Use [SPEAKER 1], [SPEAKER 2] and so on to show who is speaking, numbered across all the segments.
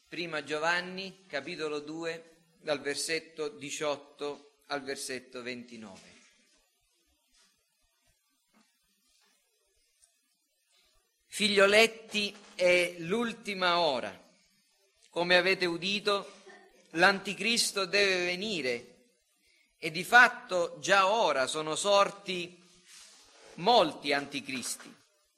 [SPEAKER 1] Prima Giovanni, capitolo 2, dal versetto 18 al versetto 29. Figlioletti, è l'ultima ora. Come avete udito, l'Anticristo deve venire e di fatto già ora sono sorti molti anticristi.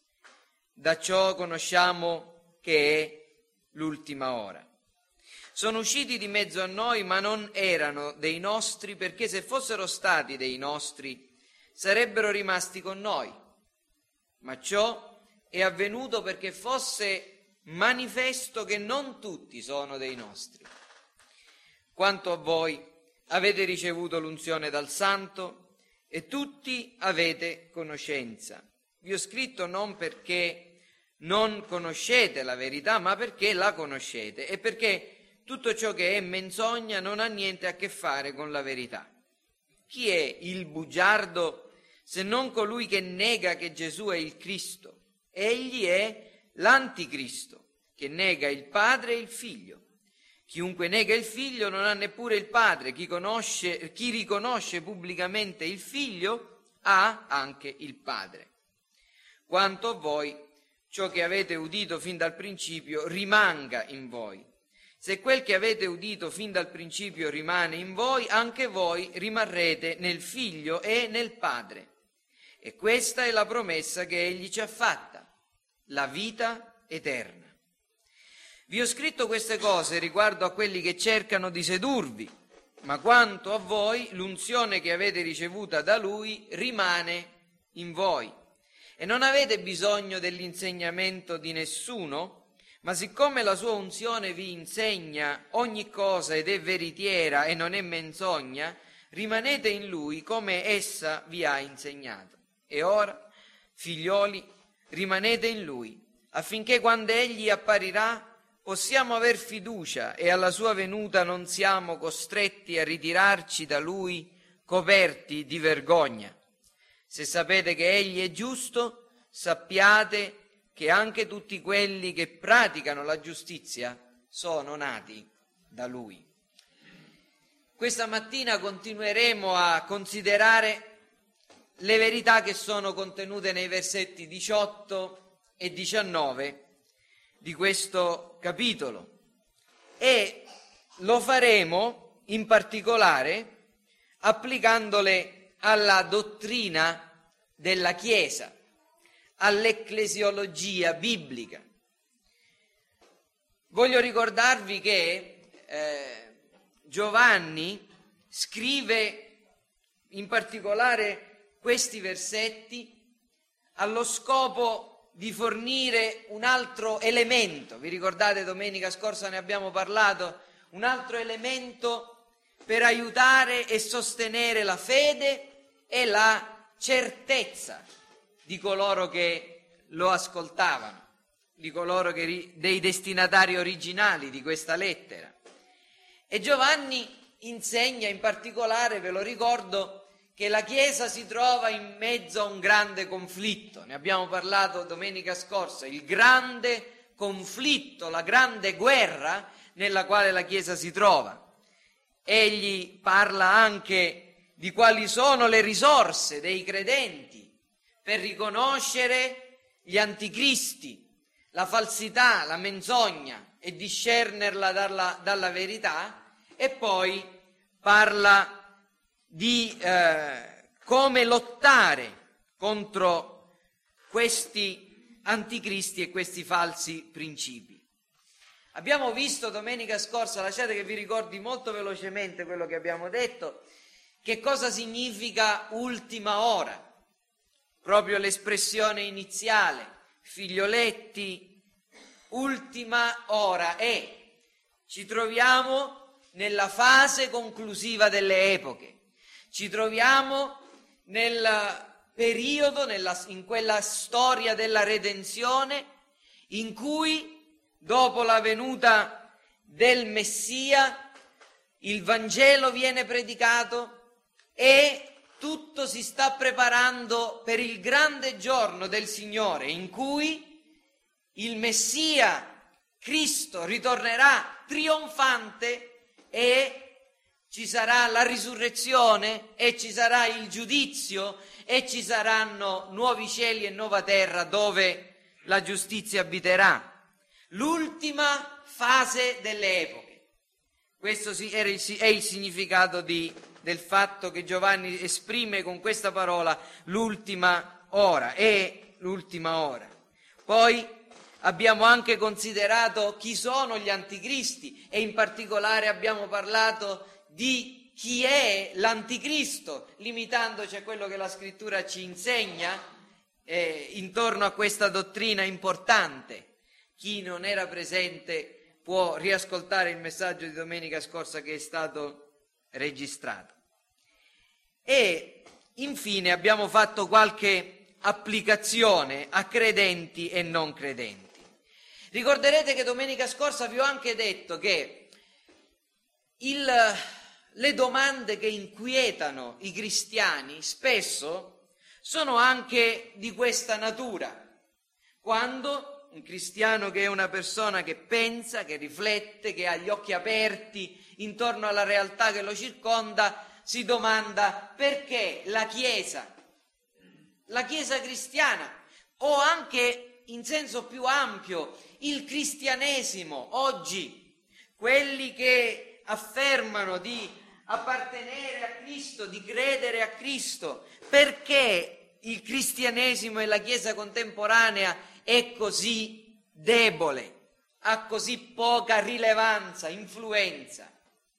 [SPEAKER 1] Da ciò conosciamo che è l'ultima ora. Sono usciti di mezzo a noi, ma non erano dei nostri, perché se fossero stati dei nostri sarebbero rimasti con noi. Ma ciò è avvenuto perché fosse manifesto che non tutti sono dei nostri. Quanto a voi, avete ricevuto l'unzione dal Santo e tutti avete conoscenza. Vi ho scritto non perché non conoscete la verità, ma perché la conoscete e perché tutto ciò che è menzogna non ha niente a che fare con la verità. Chi è il bugiardo se non colui che nega che Gesù è il Cristo? Egli è l'Anticristo, che nega il Padre e il Figlio. Chiunque nega il Figlio non ha neppure il Padre. Chi riconosce pubblicamente il Figlio ha anche il Padre. Quanto a voi, ciò che avete udito fin dal principio rimanga in voi. Se quel che avete udito fin dal principio rimane in voi, anche voi rimarrete nel Figlio e nel Padre. E questa è la promessa che Egli ci ha fatta, la vita eterna. Vi ho scritto queste cose riguardo a quelli che cercano di sedurvi, ma quanto a voi, l'unzione che avete ricevuta da Lui rimane in voi. E non avete bisogno dell'insegnamento di nessuno, ma siccome la sua unzione vi insegna ogni cosa ed è veritiera e non è menzogna, rimanete in Lui come essa vi ha insegnato. E ora, figlioli, rimanete in Lui, affinché quando Egli apparirà possiamo aver fiducia e alla sua venuta non siamo costretti a ritirarci da Lui coperti di vergogna. Se sapete che Egli è giusto, sappiate che anche tutti quelli che praticano la giustizia sono nati da Lui. Questa mattina continueremo a considerare le verità che sono contenute nei versetti 18 e 19 di questo capitolo e lo faremo in particolare applicandole alla dottrina della Chiesa, all'ecclesiologia biblica. Voglio ricordarvi che Giovanni scrive in particolare questi versetti allo scopo di fornire un altro elemento. Vi ricordate, domenica scorsa ne abbiamo parlato, un altro elemento per aiutare e sostenere la fede e la certezza di coloro che lo ascoltavano, di coloro che dei destinatari originali di questa lettera. E Giovanni insegna in particolare, ve lo ricordo, che la Chiesa si trova in mezzo a un grande conflitto. Ne abbiamo parlato domenica scorsa, il grande conflitto, la grande guerra nella quale la Chiesa si trova. Egli parla anche di quali sono le risorse dei credenti per riconoscere gli anticristi, la falsità, la menzogna e discernerla dalla verità, e poi parla di come lottare contro questi anticristi e questi falsi principi. Abbiamo visto domenica scorsa, lasciate che vi ricordi molto velocemente quello che abbiamo detto, che cosa significa ultima ora, proprio l'espressione iniziale, figlioletti, ultima ora è. Ci troviamo nella fase conclusiva delle epoche. Ci troviamo nel periodo, in quella storia della redenzione in cui, dopo la venuta del Messia, il Vangelo viene predicato e tutto si sta preparando per il grande giorno del Signore, in cui il Messia Cristo ritornerà trionfante e ci sarà la risurrezione e ci sarà il giudizio e ci saranno nuovi cieli e nuova terra dove la giustizia abiterà. L'ultima fase delle epoche. Questo è il significato del fatto che Giovanni esprime con questa parola l'ultima ora, è l'ultima ora. Poi abbiamo anche considerato chi sono gli anticristi e in particolare abbiamo parlato di chi è l'anticristo, limitandoci a quello che la scrittura ci insegna intorno a questa dottrina importante. Chi non era presente può riascoltare il messaggio di domenica scorsa che è stato registrato. E infine abbiamo fatto qualche applicazione a credenti e non credenti. Ricorderete che domenica scorsa vi ho anche detto che le domande che inquietano i cristiani spesso sono anche di questa natura. Quando un cristiano, che è una persona che pensa, che riflette, che ha gli occhi aperti intorno alla realtà che lo circonda, si domanda perché la Chiesa cristiana, o anche in senso più ampio il cristianesimo oggi, quelli che affermano di appartenere a Cristo, di credere a Cristo, perché il cristianesimo e la Chiesa contemporanea è così debole, ha così poca rilevanza, influenza?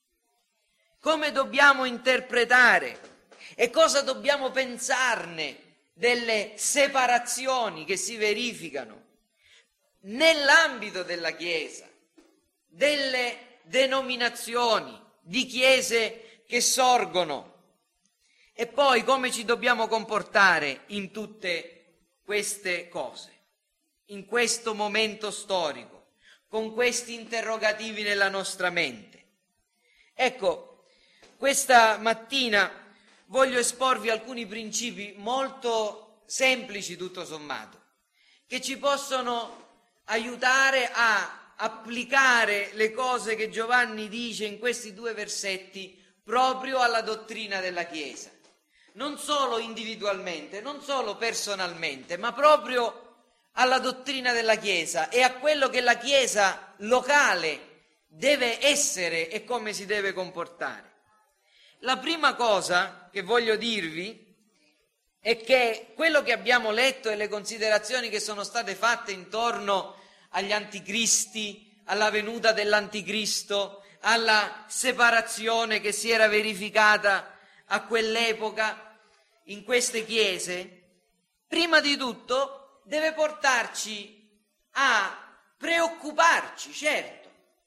[SPEAKER 1] Come dobbiamo interpretare e cosa dobbiamo pensarne delle separazioni che si verificano nell'ambito della Chiesa, delle denominazioni, di chiese che sorgono, e poi come ci dobbiamo comportare in tutte queste cose, in questo momento storico, con questi interrogativi nella nostra mente. Ecco, questa mattina voglio esporvi alcuni principi molto semplici, tutto sommato, che ci possono aiutare a applicare le cose che Giovanni dice in questi 2 versetti proprio alla dottrina della Chiesa, non solo individualmente, non solo personalmente, ma proprio alla dottrina della Chiesa e a quello che la Chiesa locale deve essere e come si deve comportare. La prima cosa che voglio dirvi è che quello che abbiamo letto e le considerazioni che sono state fatte intorno agli anticristi, alla venuta dell'anticristo, alla separazione che si era verificata a quell'epoca in queste chiese, prima di tutto deve portarci a preoccuparci, certo,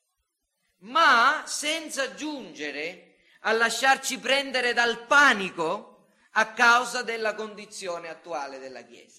[SPEAKER 1] ma senza giungere a lasciarci prendere dal panico a causa della condizione attuale della Chiesa.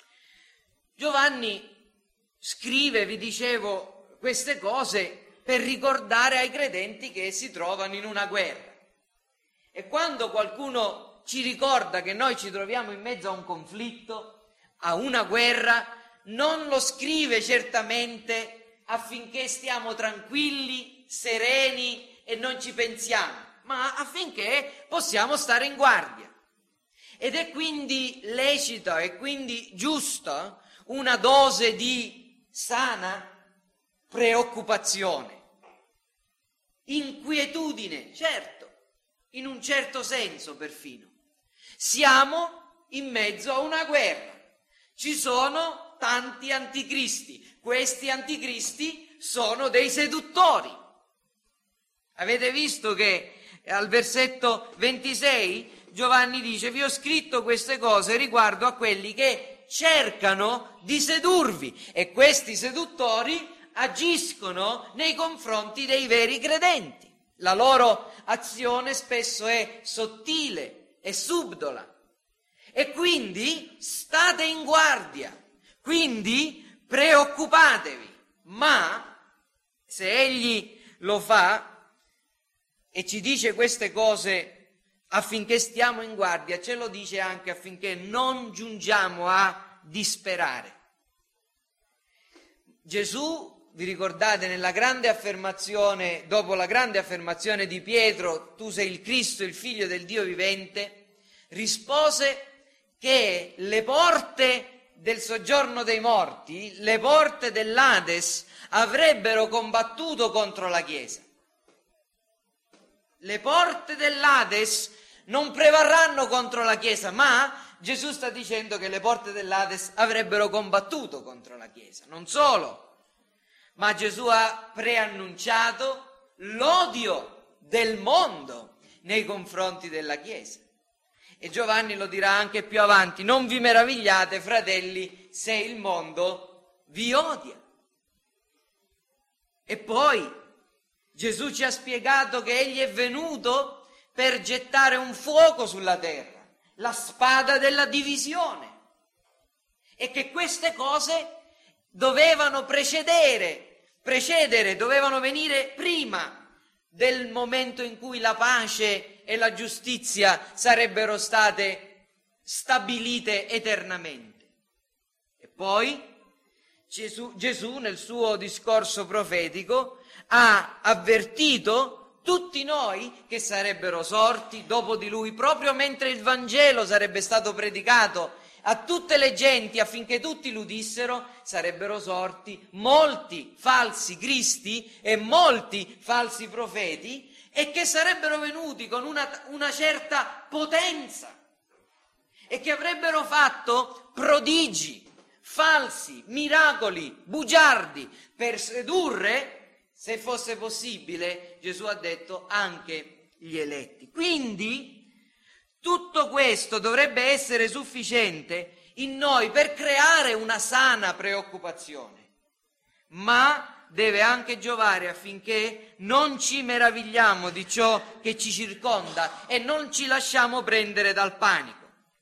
[SPEAKER 1] Giovanni scrive, vi dicevo, queste cose per ricordare ai credenti che si trovano in una guerra. E quando qualcuno ci ricorda che noi ci troviamo in mezzo a un conflitto, a una guerra, non lo scrive certamente affinché stiamo tranquilli, sereni e non ci pensiamo, ma affinché possiamo stare in guardia. Ed è quindi lecita e quindi giusta una dose di sana preoccupazione, inquietudine, certo, in un certo senso perfino. Siamo in mezzo a una guerra, ci sono tanti anticristi, questi anticristi sono dei seduttori. Avete visto che al versetto 26 Giovanni dice: vi ho scritto queste cose riguardo a quelli che cercano di sedurvi, e questi seduttori agiscono nei confronti dei veri credenti. La loro azione spesso è sottile e subdola, e quindi state in guardia, quindi preoccupatevi. Ma se egli lo fa e ci dice queste cose affinché stiamo in guardia, ce lo dice anche affinché non giungiamo a disperare. Gesù vi ricordate, nella grande affermazione, dopo la grande affermazione di Pietro, tu sei il Cristo, il Figlio del Dio vivente, rispose che le porte del soggiorno dei morti, le porte dell'Ades, avrebbero combattuto contro la Chiesa. Le porte dell'Ades non prevarranno contro la Chiesa, ma Gesù sta dicendo che le porte dell'Ades avrebbero combattuto contro la Chiesa. Non solo, ma Gesù ha preannunciato l'odio del mondo nei confronti della Chiesa. E Giovanni lo dirà anche più avanti: non vi meravigliate, fratelli, se il mondo vi odia. E poi Gesù ci ha spiegato che egli è venuto per gettare un fuoco sulla terra, la spada della divisione, e che queste cose dovevano precedere, dovevano venire prima del momento in cui la pace e la giustizia sarebbero state stabilite eternamente. E poi Gesù nel suo discorso profetico ha avvertito tutti noi che sarebbero sorti dopo di lui, proprio mentre il Vangelo sarebbe stato predicato a tutte le genti affinché tutti l'udissero, sarebbero sorti molti falsi cristi e molti falsi profeti, e che sarebbero venuti con una certa potenza e che avrebbero fatto prodigi, falsi, miracoli, bugiardi, per sedurre, se fosse possibile, Gesù ha detto, anche gli eletti. Quindi tutto questo dovrebbe essere sufficiente in noi per creare una sana preoccupazione, ma deve anche giovare affinché non ci meravigliamo di ciò che ci circonda e non ci lasciamo prendere dal panico.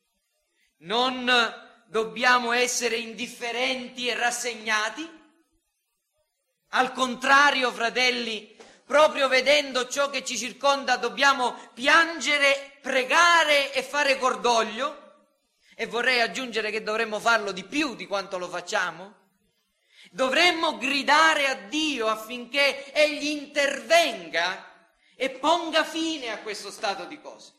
[SPEAKER 1] Non dobbiamo essere indifferenti e rassegnati. Al contrario, fratelli, proprio vedendo ciò che ci circonda dobbiamo piangere, pregare e fare cordoglio, e vorrei aggiungere che dovremmo farlo di più di quanto lo facciamo. Dovremmo gridare a Dio affinché Egli intervenga e ponga fine a questo stato di cose.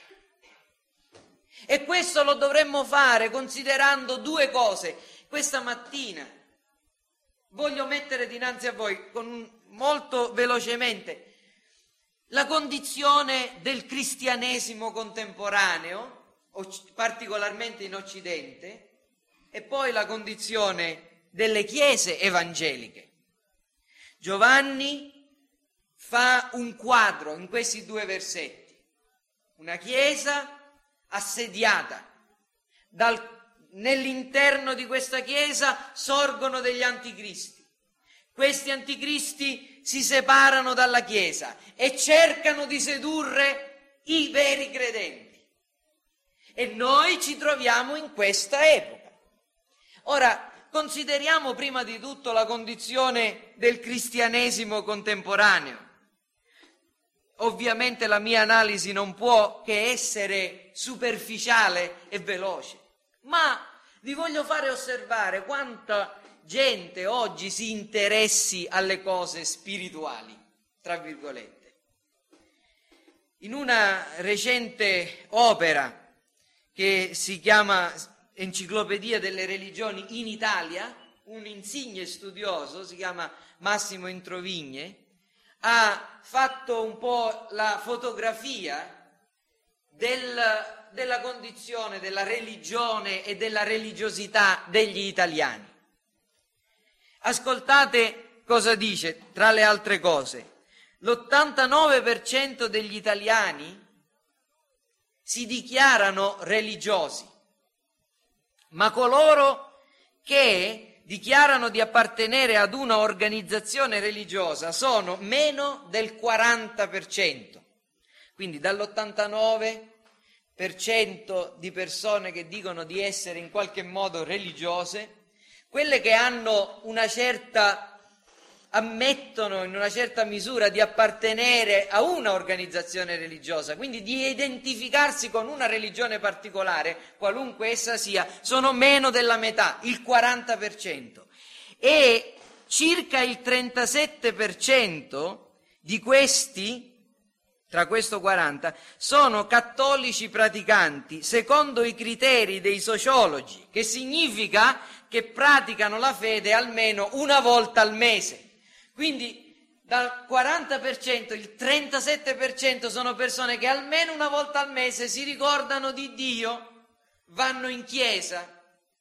[SPEAKER 1] E questo lo dovremmo fare considerando due cose. Questa mattina voglio mettere dinanzi a voi molto velocemente la condizione del cristianesimo contemporaneo, particolarmente in Occidente, e poi la condizione delle chiese evangeliche. Giovanni fa un quadro in questi due versetti: una chiesa assediata, nell'interno di questa chiesa sorgono degli anticristi. Questi anticristi si separano dalla chiesa e cercano di sedurre i veri credenti, e noi ci troviamo in questa epoca. Ora, consideriamo prima di tutto la condizione del cristianesimo contemporaneo. Ovviamente la mia analisi non può che essere superficiale e veloce, ma vi voglio fare osservare quanta gente oggi si interessi alle cose spirituali, tra virgolette. In una recente opera che si chiama Enciclopedia delle religioni in Italia, un insigne studioso, si chiama Massimo Introvigne, ha fatto un po' la fotografia della condizione della religione e della religiosità degli italiani. Ascoltate cosa dice, tra le altre cose: l'89% degli italiani si dichiarano religiosi, ma coloro che dichiarano di appartenere ad una organizzazione religiosa sono meno del 40%. Quindi dall'89% di persone che dicono di essere in qualche modo religiose, quelle che hanno ammettono in una certa misura di appartenere a una organizzazione religiosa, quindi di identificarsi con una religione particolare, qualunque essa sia, sono meno della metà, il 40%. E circa il 37% di questi, tra questo 40, sono cattolici praticanti secondo i criteri dei sociologi, che significa che praticano la fede almeno una volta al mese. Quindi dal 40% il 37% sono persone che almeno una volta al mese si ricordano di Dio, vanno in chiesa,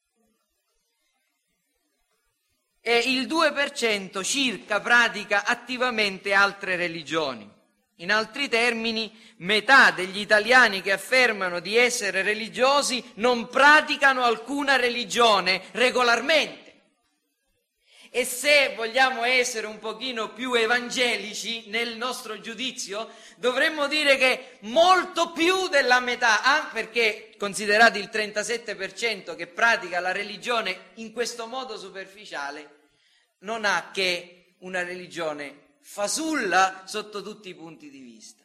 [SPEAKER 1] e il 2% circa pratica attivamente altre religioni. In altri termini, metà degli italiani che affermano di essere religiosi non praticano alcuna religione regolarmente. E se vogliamo essere un pochino più evangelici nel nostro giudizio, dovremmo dire che molto più della metà, perché considerate il 37% che pratica la religione in questo modo superficiale, non ha che una religione fasulla sotto tutti i punti di vista.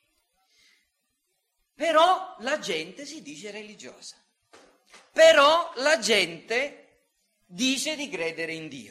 [SPEAKER 1] Però la gente si dice religiosa, però la gente dice di credere in Dio.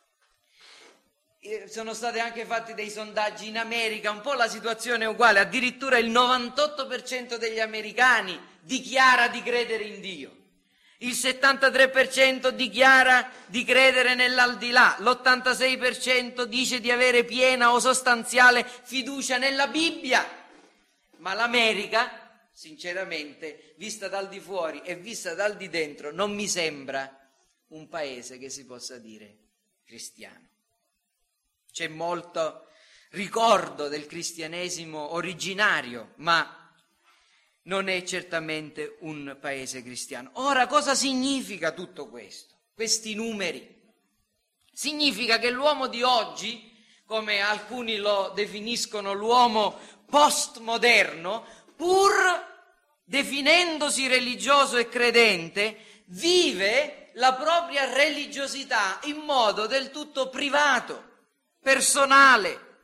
[SPEAKER 1] Sono stati anche fatti dei sondaggi in America, un po' la situazione è uguale, addirittura il 98% degli americani dichiara di credere in Dio, il 73% dichiara di credere nell'aldilà, l'86% dice di avere piena o sostanziale fiducia nella Bibbia, ma l'America, sinceramente, vista dal di fuori e vista dal di dentro, non mi sembra un paese che si possa dire cristiano. C'è molto ricordo del cristianesimo originario, ma non è certamente un paese cristiano. Ora, cosa significa tutto questo? Questi numeri? Significa che l'uomo di oggi, come alcuni lo definiscono l'uomo postmoderno, pur definendosi religioso e credente, vive la propria religiosità in modo del tutto privato, personale,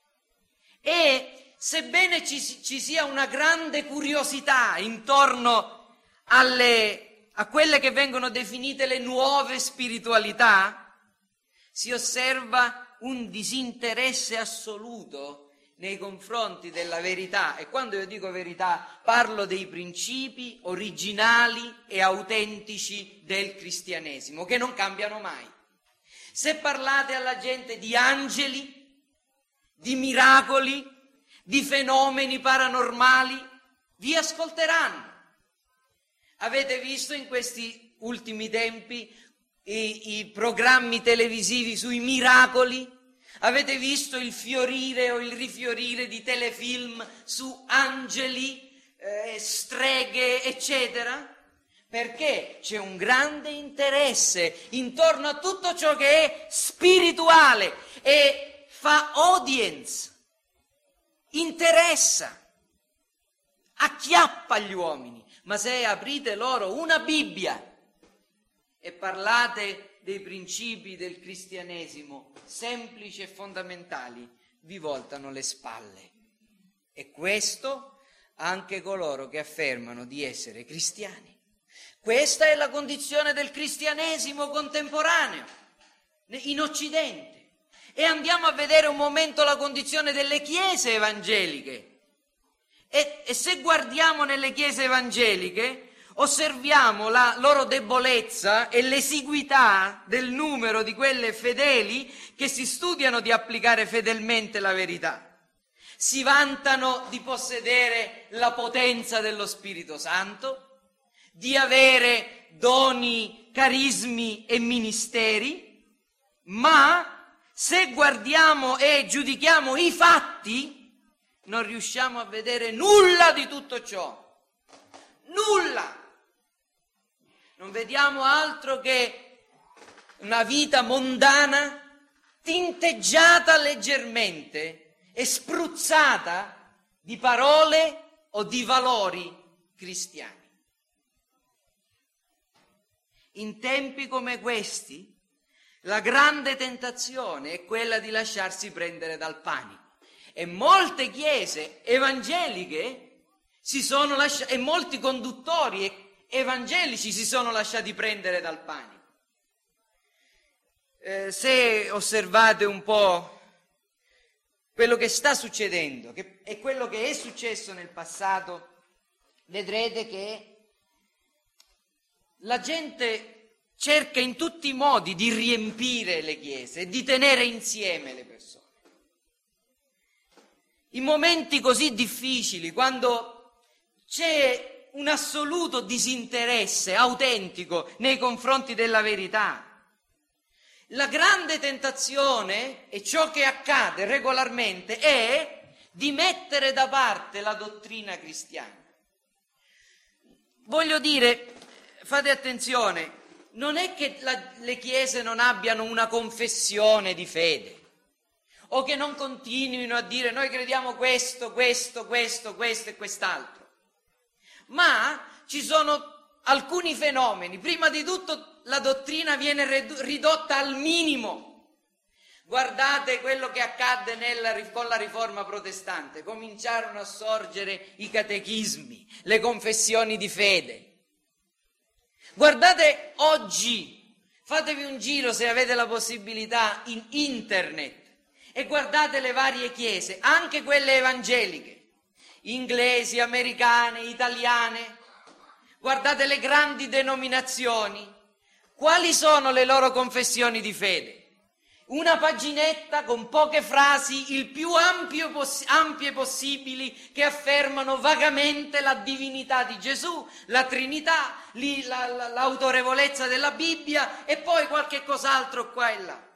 [SPEAKER 1] e sebbene ci sia una grande curiosità intorno a quelle che vengono definite le nuove spiritualità, si osserva un disinteresse assoluto nei confronti della verità, e quando io dico verità parlo dei principi originali e autentici del cristianesimo, che non cambiano mai. Se parlate alla gente di angeli, di miracoli, di fenomeni paranormali, vi ascolteranno. Avete visto in questi ultimi tempi i programmi televisivi sui miracoli? Avete visto il fiorire o il rifiorire di telefilm su angeli, streghe, eccetera? Perché c'è un grande interesse intorno a tutto ciò che è spirituale e fa audience, interessa, acchiappa gli uomini. Ma se aprite loro una Bibbia e parlate dei principi del cristianesimo semplici e fondamentali, vi voltano le spalle. E questo anche coloro che affermano di essere cristiani. Questa è la condizione del cristianesimo contemporaneo in Occidente. E andiamo a vedere un momento la condizione delle chiese evangeliche. E se guardiamo nelle chiese evangeliche, osserviamo la loro debolezza e l'esiguità del numero di quelle fedeli che si studiano di applicare fedelmente la verità. Si vantano di possedere la potenza dello Spirito Santo, di avere doni, carismi e ministeri, ma se guardiamo e giudichiamo i fatti, non riusciamo a vedere nulla di tutto ciò. Nulla! Non vediamo altro che una vita mondana, tinteggiata leggermente e spruzzata di parole o di valori cristiani. In tempi come questi, la grande tentazione è quella di lasciarsi prendere dal panico. E molte chiese evangeliche e molti conduttori evangelici si sono lasciati prendere dal panico. se osservate un po' quello che sta succedendo e quello che è successo nel passato, vedrete che la gente cerca in tutti i modi di riempire le chiese e di tenere insieme le persone. In momenti così difficili, quando c'è un assoluto disinteresse autentico nei confronti della verità, la grande tentazione, e ciò che accade regolarmente, è di mettere da parte la dottrina cristiana. Voglio dire, fate attenzione, non è che le chiese non abbiano una confessione di fede, o che non continuino a dire noi crediamo questo e quest'altro, ma ci sono alcuni fenomeni. Prima di tutto la dottrina viene ridotta al minimo. Guardate quello che accadde con la riforma protestante: cominciarono a sorgere i catechismi, le confessioni di fede. Guardate oggi, fatevi un giro se avete la possibilità in internet e guardate le varie chiese, anche quelle evangeliche, inglesi, americane, italiane. Guardate le grandi denominazioni. Quali sono le loro confessioni di fede? Una paginetta con poche frasi, il più ampie possibili, che affermano vagamente la divinità di Gesù, la Trinità, l'autorevolezza della Bibbia e poi qualche cos'altro qua e là.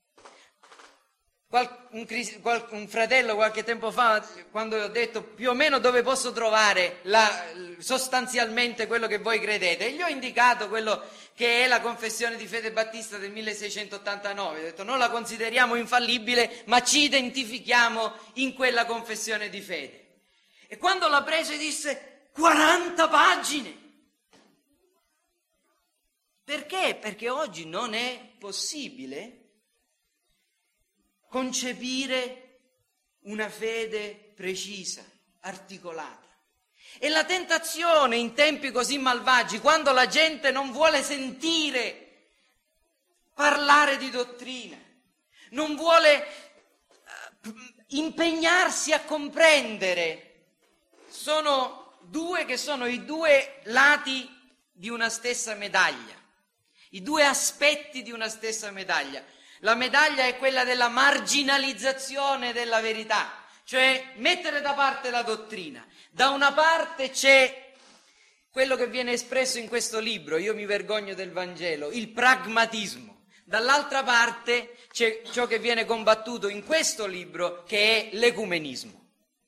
[SPEAKER 1] Un fratello qualche tempo fa, quando ho detto più o meno dove posso trovare sostanzialmente quello che voi credete, gli ho indicato quello che è la confessione di fede battista del 1689. Ho detto non la consideriamo infallibile, ma ci identifichiamo in quella confessione di fede. E quando l'ha preso disse 40 pagine. Perché? Perché oggi non è possibile concepire una fede precisa, articolata. E la tentazione in tempi così malvagi, quando la gente non vuole sentire parlare di dottrina, non vuole impegnarsi a comprendere, sono i due lati di una stessa medaglia, i due aspetti di una stessa medaglia. La medaglia è quella della marginalizzazione della verità, cioè mettere da parte la dottrina. Da una parte c'è quello che viene espresso in questo libro, Io mi vergogno del Vangelo, il pragmatismo. Dall'altra parte c'è ciò che viene combattuto in questo libro, che è l'ecumenismo.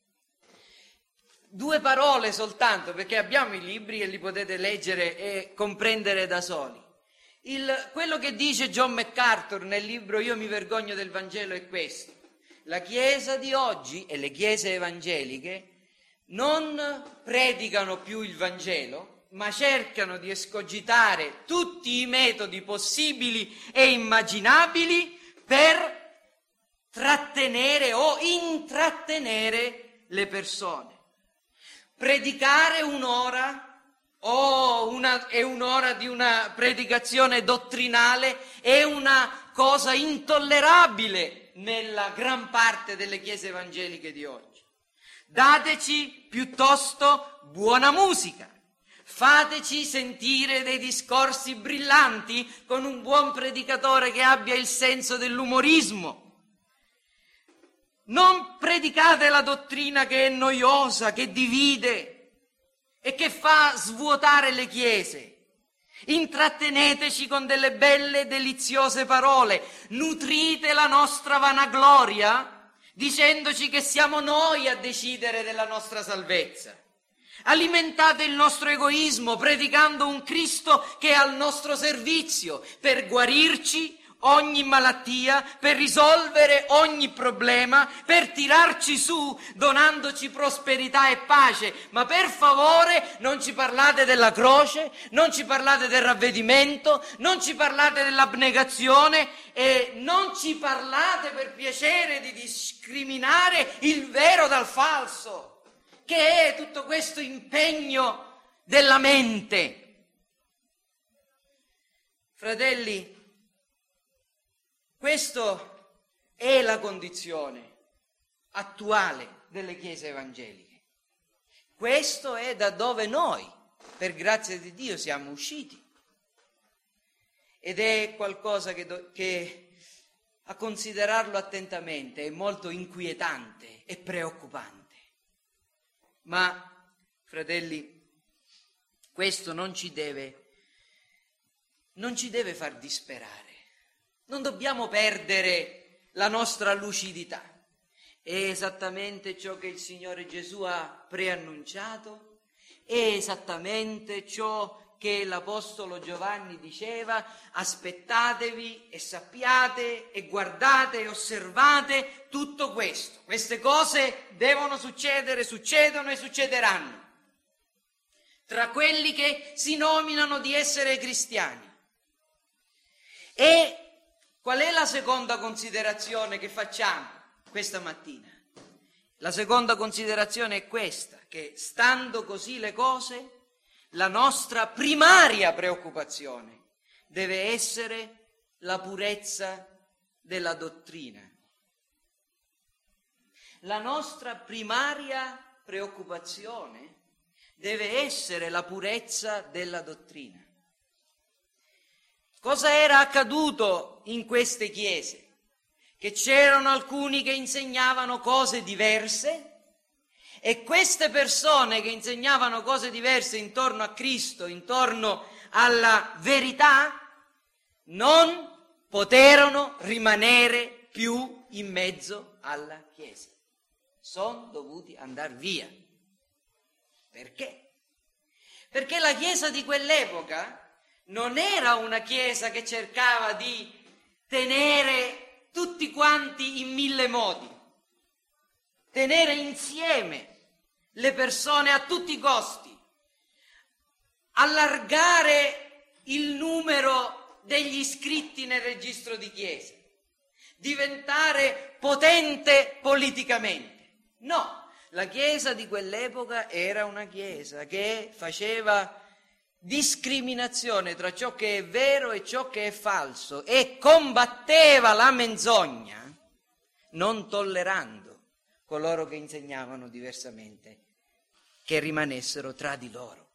[SPEAKER 1] 2 parole soltanto, perché abbiamo i libri e li potete leggere e comprendere da soli. Quello che dice John MacArthur nel libro Io mi vergogno del Vangelo è questo: la Chiesa di oggi e le chiese evangeliche non predicano più il Vangelo, ma cercano di escogitare tutti i metodi possibili e immaginabili per trattenere o intrattenere le persone. Predicare un'ora è un'ora di una predicazione dottrinale, è una cosa intollerabile nella gran parte delle chiese evangeliche di oggi. Dateci piuttosto buona musica, fateci sentire dei discorsi brillanti con un buon predicatore che abbia il senso dell'umorismo. Non predicate la dottrina che è noiosa, che divide e che fa svuotare le chiese. Intratteneteci con delle belle, deliziose parole. Nutrite la nostra vanagloria dicendoci che siamo noi a decidere della nostra salvezza. Alimentate il nostro egoismo predicando un Cristo che è al nostro servizio per guarirci ogni malattia, per risolvere ogni problema, per tirarci su donandoci prosperità e pace. Ma per favore non ci parlate della croce, non ci parlate del ravvedimento, non ci parlate dell'abnegazione e non ci parlate per piacere di discriminare il vero dal falso, che è tutto questo impegno della mente. Fratelli, Questa è la condizione attuale delle chiese evangeliche. Questo è da dove noi, per grazia di Dio, siamo usciti. Ed è qualcosa che a considerarlo attentamente è molto inquietante e preoccupante. Ma, fratelli, questo non ci deve far disperare. Non dobbiamo perdere la nostra lucidità. È esattamente ciò che il Signore Gesù ha preannunciato, è esattamente ciò che l'Apostolo Giovanni diceva: aspettatevi e sappiate e guardate e osservate tutto questo. Queste cose devono succedere, succedono e succederanno tra quelli che si nominano di essere cristiani. E qual è la seconda considerazione che facciamo questa mattina? La seconda considerazione è questa, che stando così le cose, la nostra primaria preoccupazione deve essere la purezza della dottrina. La nostra primaria preoccupazione deve essere la purezza della dottrina. Cosa era accaduto in queste chiese? Che c'erano alcuni che insegnavano cose diverse, e queste persone che insegnavano cose diverse intorno a Cristo, intorno alla verità, non poterono rimanere più in mezzo alla Chiesa. Sono dovuti andare via. Perché? Perché la Chiesa di quell'epoca non era una Chiesa che cercava di tenere tutti quanti in mille modi, tenere insieme le persone a tutti i costi, allargare il numero degli iscritti nel registro di chiese, diventare potente politicamente. No, la Chiesa di quell'epoca era una Chiesa che faceva discriminazione tra ciò che è vero e ciò che è falso e combatteva la menzogna, non tollerando coloro che insegnavano diversamente che rimanessero tra di loro.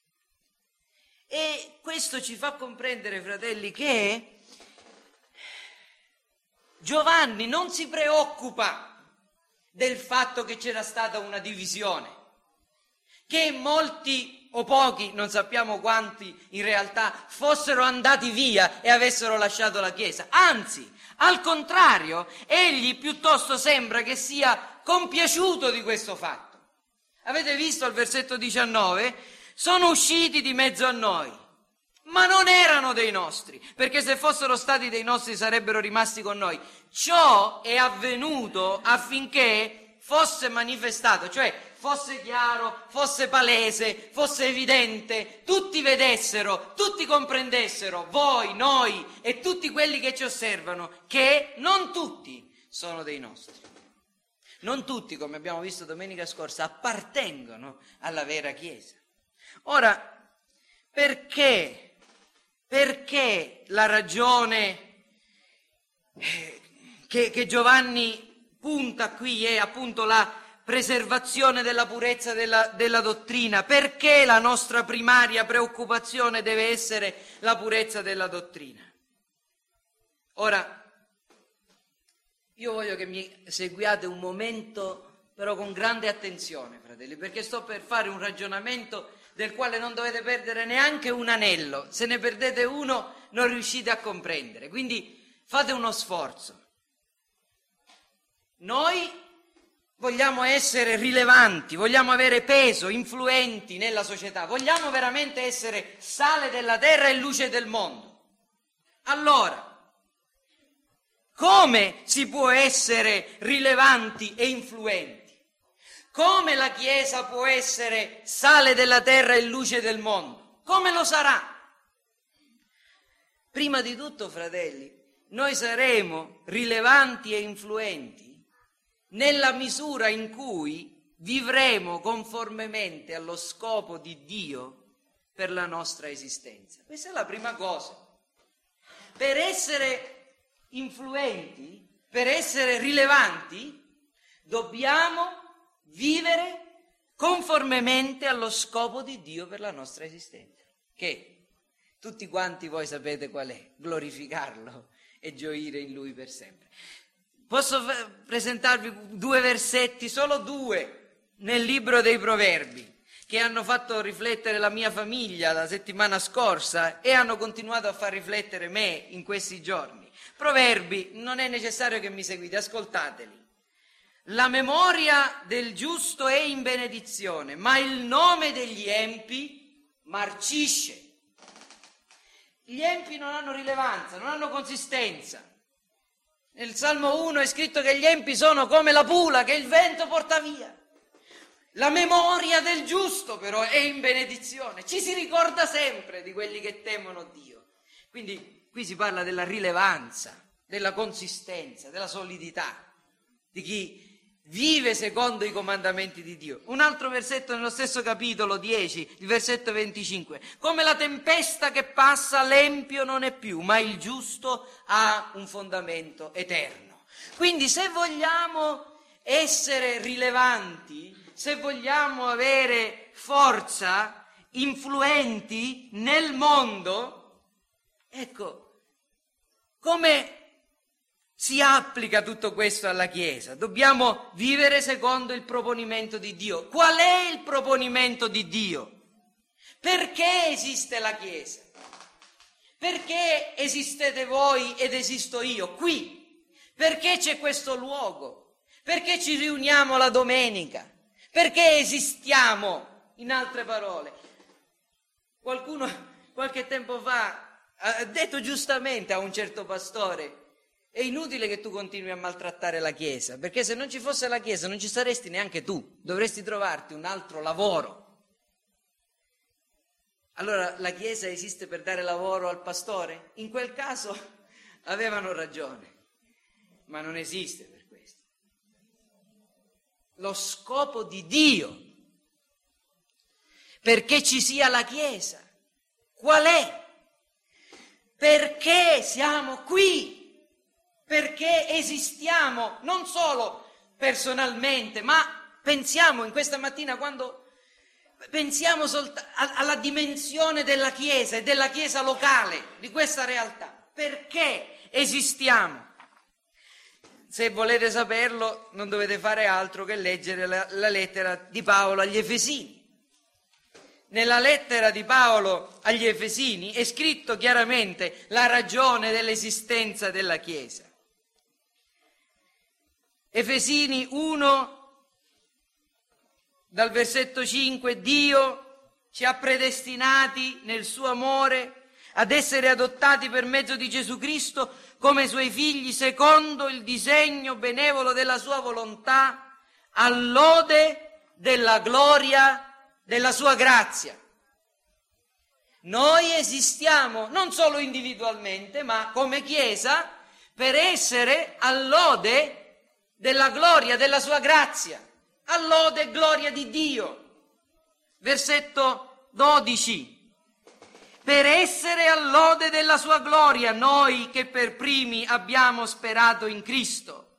[SPEAKER 1] E questo ci fa comprendere, fratelli, che Giovanni non si preoccupa del fatto che c'era stata una divisione, che molti o pochi, non sappiamo quanti in realtà, fossero andati via e avessero lasciato la Chiesa. Anzi, al contrario, egli piuttosto sembra che sia compiaciuto di questo fatto. Avete visto al versetto 19? Sono usciti di mezzo a noi, ma non erano dei nostri, perché se fossero stati dei nostri sarebbero rimasti con noi. Ciò è avvenuto affinché fosse manifestato, cioè fosse chiaro, fosse palese, fosse evidente, tutti vedessero, tutti comprendessero, voi, noi e tutti quelli che ci osservano, che non tutti sono dei nostri. Non tutti, come abbiamo visto domenica scorsa, appartengono alla vera Chiesa. Ora, perché la ragione che Giovanni punta qui è appunto la preservazione della purezza della dottrina? Perché la nostra primaria preoccupazione deve essere la purezza della dottrina? Ora, io voglio che mi seguiate un momento, però con grande attenzione, fratelli, perché sto per fare un ragionamento del quale non dovete perdere neanche un anello. Se ne perdete uno non riuscite a comprendere, quindi fate uno sforzo. Noi vogliamo essere rilevanti, vogliamo avere peso, influenti nella società, vogliamo veramente essere sale della terra e luce del mondo. Allora, come si può essere rilevanti e influenti? Come la Chiesa può essere sale della terra e luce del mondo? Come lo sarà? Prima di tutto, fratelli, noi saremo rilevanti e influenti nella misura in cui vivremo conformemente allo scopo di Dio per la nostra esistenza. Questa è la prima cosa. Per essere influenti, per essere rilevanti, dobbiamo vivere conformemente allo scopo di Dio per la nostra esistenza, che tutti quanti voi sapete qual è: glorificarlo e gioire in Lui per sempre. Posso presentarvi 2 versetti, solo 2, nel libro dei Proverbi, che hanno fatto riflettere la mia famiglia la settimana scorsa e hanno continuato a far riflettere me in questi giorni. Proverbi, non è necessario che mi seguite, ascoltateli. La memoria del giusto è in benedizione, ma il nome degli empi marcisce. Gli empi non hanno rilevanza, non hanno consistenza. Nel Salmo 1 è scritto che gli empi sono come la pula che il vento porta via. La memoria del giusto però è in benedizione, ci si ricorda sempre di quelli che temono Dio. Quindi qui si parla della rilevanza, della consistenza, della solidità, di chi vive secondo i comandamenti di Dio. Un altro versetto nello stesso capitolo 10, il versetto 25. Come la tempesta che passa, l'empio non è più, ma il giusto ha un fondamento eterno. Quindi se vogliamo essere rilevanti, se vogliamo avere forza, influenti nel mondo, ecco, come si applica tutto questo alla Chiesa? Dobbiamo vivere secondo il proponimento di Dio. Qual è il proponimento di Dio? Perché esiste la Chiesa? Perché esistete voi ed esisto io qui? Perché c'è questo luogo? Perché ci riuniamo la domenica? Perché esistiamo? In altre parole, qualcuno qualche tempo fa ha detto giustamente a un certo pastore: è inutile che tu continui a maltrattare la Chiesa, perché se non ci fosse la Chiesa non ci saresti neanche tu, dovresti trovarti un altro lavoro. Allora la Chiesa esiste per dare lavoro al pastore? In quel caso avevano ragione, ma non esiste per questo. Lo scopo di Dio perché ci sia la Chiesa qual è? Perché siamo qui, perché esistiamo non solo personalmente, ma pensiamo in questa mattina, quando pensiamo alla dimensione della Chiesa e della Chiesa locale, di questa realtà, perché esistiamo. Se volete saperlo, non dovete fare altro che leggere la lettera di Paolo agli Efesini. Nella lettera di Paolo agli Efesini è scritto chiaramente la ragione dell'esistenza della Chiesa. Efesini 1, dal versetto 5, Dio ci ha predestinati nel suo amore ad essere adottati per mezzo di Gesù Cristo come suoi figli secondo il disegno benevolo della sua volontà, all'ode della gloria della sua grazia. Noi esistiamo non solo individualmente, ma come Chiesa per essere all'ode della gloria della sua grazia, all'ode e gloria di Dio. Versetto 12. Per essere all'ode della sua gloria, noi che per primi abbiamo sperato in Cristo.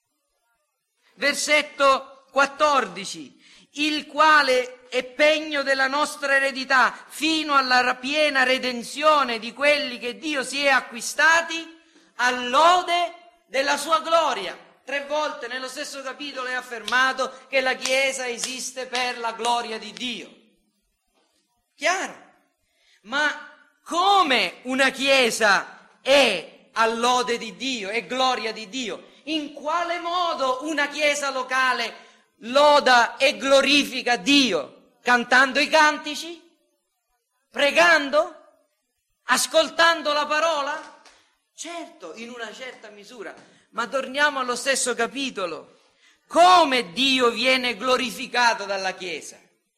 [SPEAKER 1] Versetto 14. Il quale è pegno della nostra eredità fino alla piena redenzione di quelli che Dio si è acquistati, all'ode della sua gloria. 3 volte nello stesso capitolo è affermato che la Chiesa esiste per la gloria di Dio. Chiaro? Ma come una Chiesa è all'ode di Dio, è gloria di Dio? In quale modo una Chiesa locale loda e glorifica Dio? Cantando i cantici? Pregando? Ascoltando la parola? Certo, in una certa misura, ma torniamo allo stesso capitolo. Come Dio viene glorificato dalla Chiesa?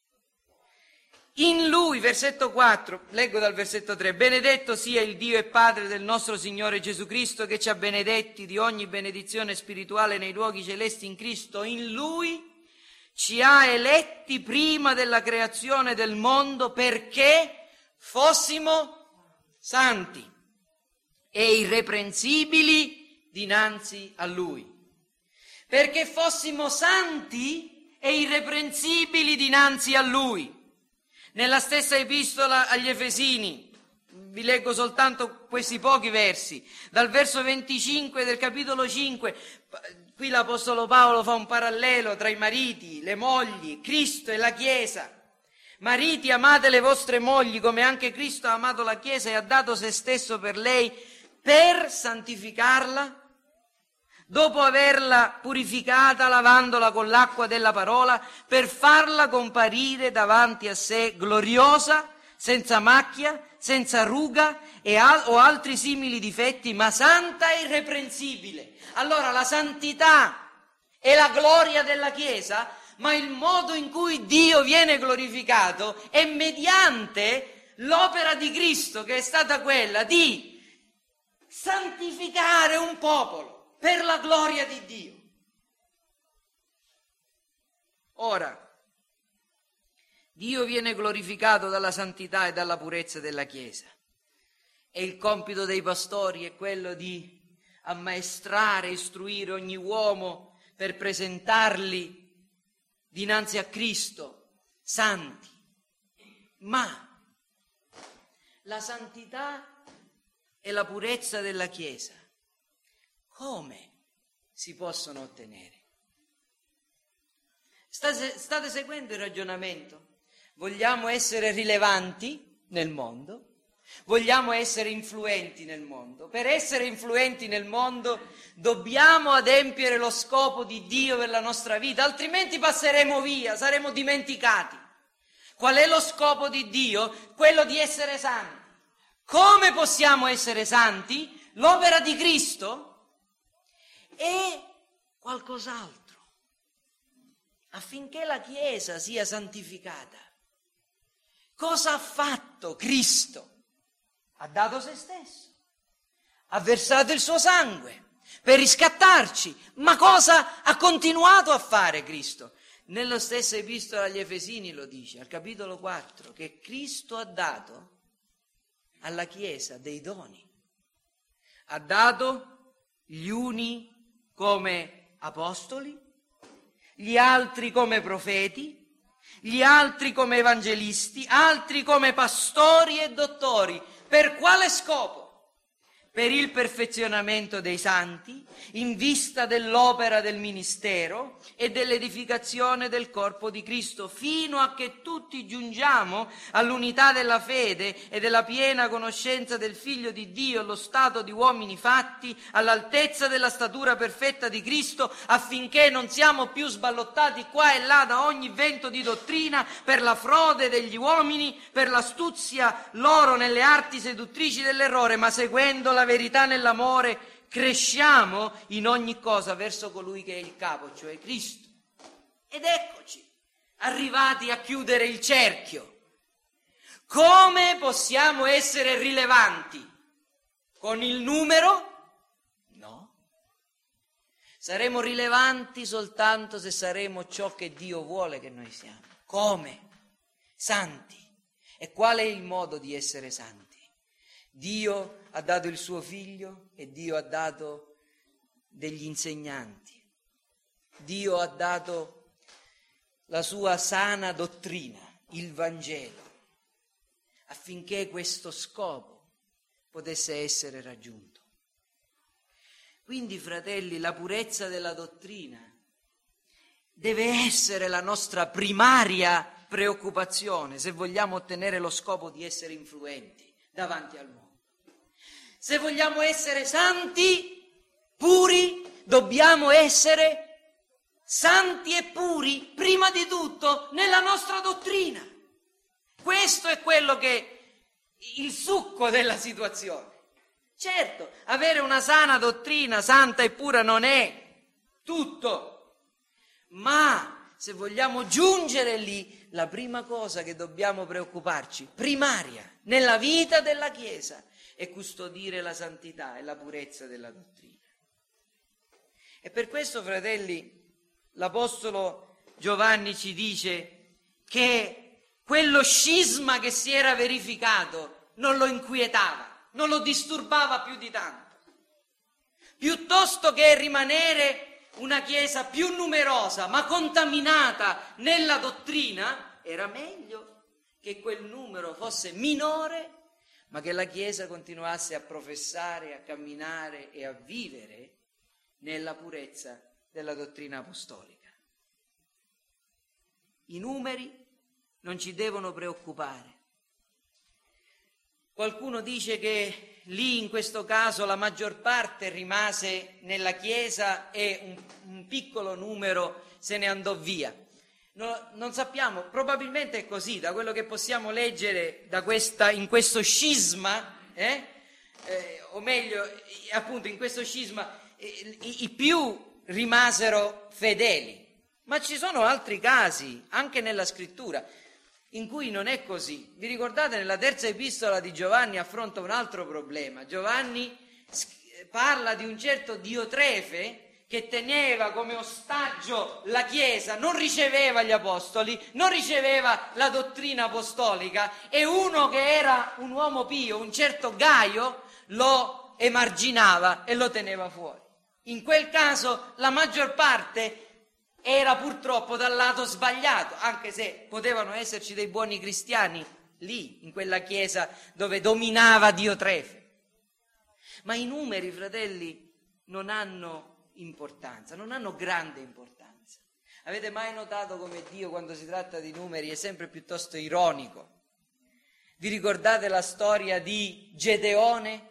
[SPEAKER 1] In Lui, versetto 4, leggo dal versetto 3, benedetto sia il Dio e Padre del nostro Signore Gesù Cristo, che ci ha benedetti di ogni benedizione spirituale nei luoghi celesti in Cristo. In Lui ci ha eletti prima della creazione del mondo perché fossimo santi e irreprensibili dinanzi a Lui, perché fossimo santi e irreprensibili dinanzi a Lui. Nella stessa epistola agli Efesini, vi leggo soltanto questi pochi versi, dal verso 25 del capitolo 5, qui l'Apostolo Paolo fa un parallelo tra i mariti, le mogli, Cristo e la Chiesa. Mariti, amate le vostre mogli come anche Cristo ha amato la Chiesa e ha dato se stesso per lei per santificarla, dopo averla purificata lavandola con l'acqua della parola, per farla comparire davanti a sé gloriosa, senza macchia, senza ruga o altri simili difetti, ma santa e irreprensibile. Allora la santità è la gloria della Chiesa, ma il modo in cui Dio viene glorificato è mediante l'opera di Cristo, che è stata quella di santificare un popolo per la gloria di Dio. Ora, Dio viene glorificato dalla santità e dalla purezza della Chiesa, e il compito dei pastori è quello di ammaestrare, istruire ogni uomo per presentarli dinanzi a Cristo santi. Ma la santità e la purezza della Chiesa come si possono ottenere? State seguendo il ragionamento? Vogliamo essere rilevanti nel mondo? Vogliamo essere influenti nel mondo? Per essere influenti nel mondo dobbiamo adempiere lo scopo di Dio per la nostra vita, altrimenti passeremo via, saremo dimenticati. Qual è lo scopo di Dio? Quello di essere santi. Come possiamo essere santi? L'opera di Cristo e qualcos'altro, affinché la Chiesa sia santificata. Cosa ha fatto Cristo? Ha dato se stesso, ha versato il suo sangue per riscattarci. Ma cosa ha continuato a fare Cristo? Nello stesso epistola agli Efesini lo dice, al capitolo 4, che Cristo ha dato alla Chiesa dei doni. Ha dato gli uni come apostoli, gli altri come profeti, gli altri come evangelisti, altri come pastori e dottori. Per quale scopo? Per il perfezionamento dei santi, in vista dell'opera del ministero e dell'edificazione del corpo di Cristo, fino a che tutti giungiamo all'unità della fede e della piena conoscenza del Figlio di Dio, allo stato di uomini fatti, all'altezza della statura perfetta di Cristo, affinché non siamo più sballottati qua e là da ogni vento di dottrina, per la frode degli uomini, per l'astuzia loro nelle arti seduttrici dell'errore, ma seguendo la verità nell'amore, cresciamo in ogni cosa verso colui che è il capo, cioè Cristo. Ed eccoci, arrivati a chiudere il cerchio. Come possiamo essere rilevanti? Con il numero? No. Saremo rilevanti soltanto se saremo ciò che Dio vuole che noi siamo. Come? Santi. E qual è il modo di essere santi? Dio ha dato il suo figlio e Dio ha dato degli insegnanti. Dio ha dato la sua sana dottrina, il Vangelo, affinché questo scopo potesse essere raggiunto. Quindi, fratelli, la purezza della dottrina deve essere la nostra primaria preoccupazione se vogliamo ottenere lo scopo di essere influenti davanti al mondo. Se vogliamo essere santi, puri, dobbiamo essere santi e puri prima di tutto nella nostra dottrina. Questo è quello che il succo della situazione. Certo, avere una sana dottrina santa e pura non è tutto, ma se vogliamo giungere lì, la prima cosa che dobbiamo preoccuparci, primaria, nella vita della Chiesa, è custodire la santità e la purezza della dottrina. E per questo, fratelli, l'Apostolo Giovanni ci dice che quello scisma che si era verificato non lo inquietava, non lo disturbava più di tanto. piuttosto che rimanere una Chiesa più numerosa ma contaminata nella dottrina, era meglio che quel numero fosse minore, ma che la Chiesa continuasse a professare, a camminare e a vivere nella purezza della dottrina apostolica. I numeri non ci devono preoccupare. Qualcuno dice che lì in questo caso la maggior parte rimase nella Chiesa e un piccolo numero se ne andò via. No, non sappiamo, probabilmente è così, da quello che possiamo leggere in questo scisma, o meglio, appunto in questo scisma, i più rimasero fedeli. Ma ci sono altri casi, anche nella scrittura, in cui non è così. Vi ricordate, nella terza epistola di Giovanni affronta un altro problema. Giovanni parla di un certo Diotrefe che teneva come ostaggio la Chiesa, non riceveva gli apostoli, non riceveva la dottrina apostolica, e uno che era un uomo pio, un certo Gaio, lo emarginava e lo teneva fuori. In quel caso la maggior parte era purtroppo dal lato sbagliato, anche se potevano esserci dei buoni cristiani lì, in quella chiesa dove dominava Diotrefe. Ma i numeri, fratelli, non hanno importanza, non hanno grande importanza. Avete mai notato come Dio, quando si tratta di numeri, è sempre piuttosto ironico? Vi ricordate la storia di Gedeone?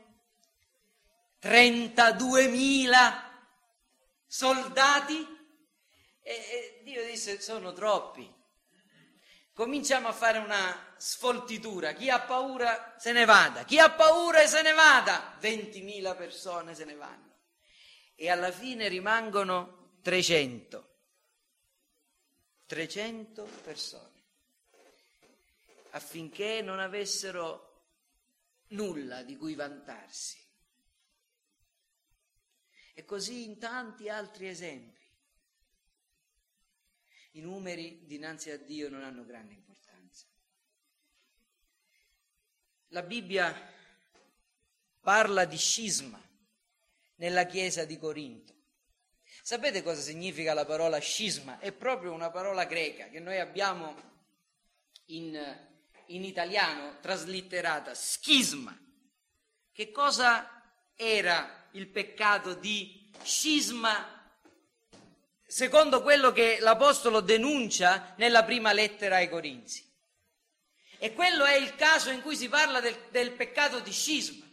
[SPEAKER 1] 32.000 soldati? E Dio disse: sono troppi. Cominciamo a fare una sfoltitura. Chi ha paura se ne vada, chi ha paura se ne vada. 20.000 persone se ne vanno. E alla fine rimangono 300 persone, affinché non avessero nulla di cui vantarsi. E così in tanti altri esempi. I numeri dinanzi a Dio non hanno grande importanza. La Bibbia parla di scisma nella chiesa di Corinto. Sapete cosa significa la parola scisma? È proprio una parola greca che noi abbiamo in italiano traslitterata schisma. Che cosa era il peccato di scisma secondo quello che l'Apostolo denuncia nella prima lettera ai Corinzi? E quello è il caso in cui si parla del peccato di scisma.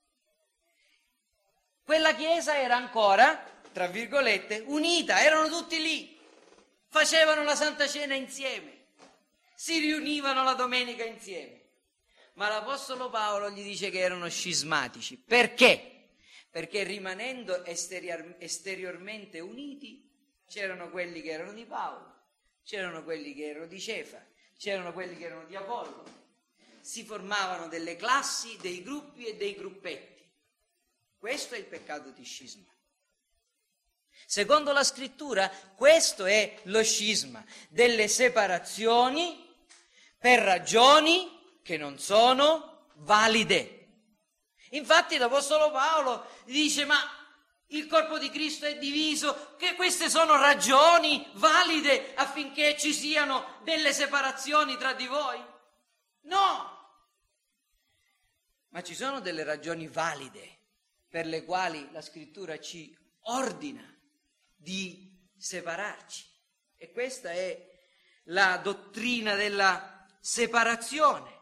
[SPEAKER 1] Quella chiesa era ancora, tra virgolette, unita, erano tutti lì, facevano la Santa Cena insieme, si riunivano la domenica insieme. Ma l'Apostolo Paolo gli dice che erano scismatici. Perché? Perché rimanendo esteriormente uniti, c'erano quelli che erano di Paolo, c'erano quelli che erano di Cefa, c'erano quelli che erano di Apollo. Si formavano delle classi, dei gruppi e dei gruppetti. Questo è il peccato di scisma. Secondo la scrittura, questo è lo scisma, delle separazioni per ragioni che non sono valide. Infatti l'Apostolo Paolo dice: ma il corpo di Cristo è diviso, che queste sono ragioni valide affinché ci siano delle separazioni tra di voi? No! Ma ci sono delle ragioni valide per le quali la scrittura ci ordina di separarci. E questa è la dottrina della separazione.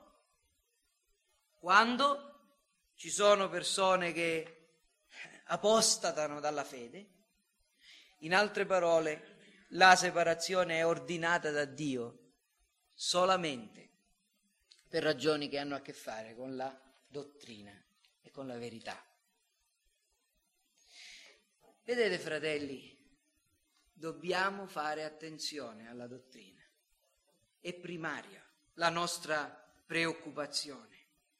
[SPEAKER 1] Quando ci sono persone che apostatano dalla fede, in altre parole, la separazione è ordinata da Dio solamente per ragioni che hanno a che fare con la dottrina e con la verità. Vedete, fratelli, dobbiamo fare attenzione alla dottrina. È primaria la nostra preoccupazione.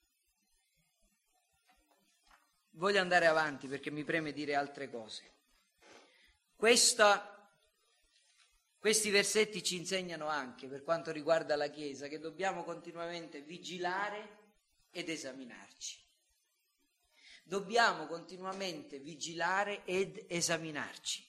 [SPEAKER 1] Voglio andare avanti perché mi preme dire altre cose. Questi versetti ci insegnano anche, per quanto riguarda la Chiesa, che dobbiamo continuamente vigilare ed esaminarci. dobbiamo continuamente vigilare ed esaminarci.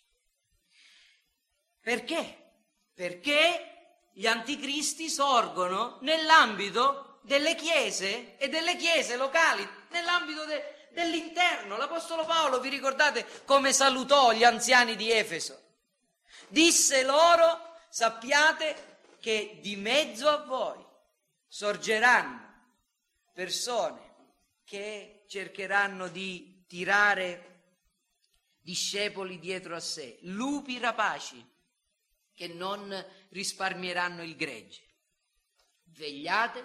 [SPEAKER 1] Perché? Perché gli anticristi sorgono nell'ambito delle chiese e delle chiese locali, nell'ambito dell'interno. L'Apostolo Paolo, vi ricordate come salutò gli anziani di Efeso? Disse loro: sappiate che di mezzo a voi sorgeranno persone che cercheranno di tirare discepoli dietro a sé, lupi rapaci che non risparmieranno il gregge. Vegliate,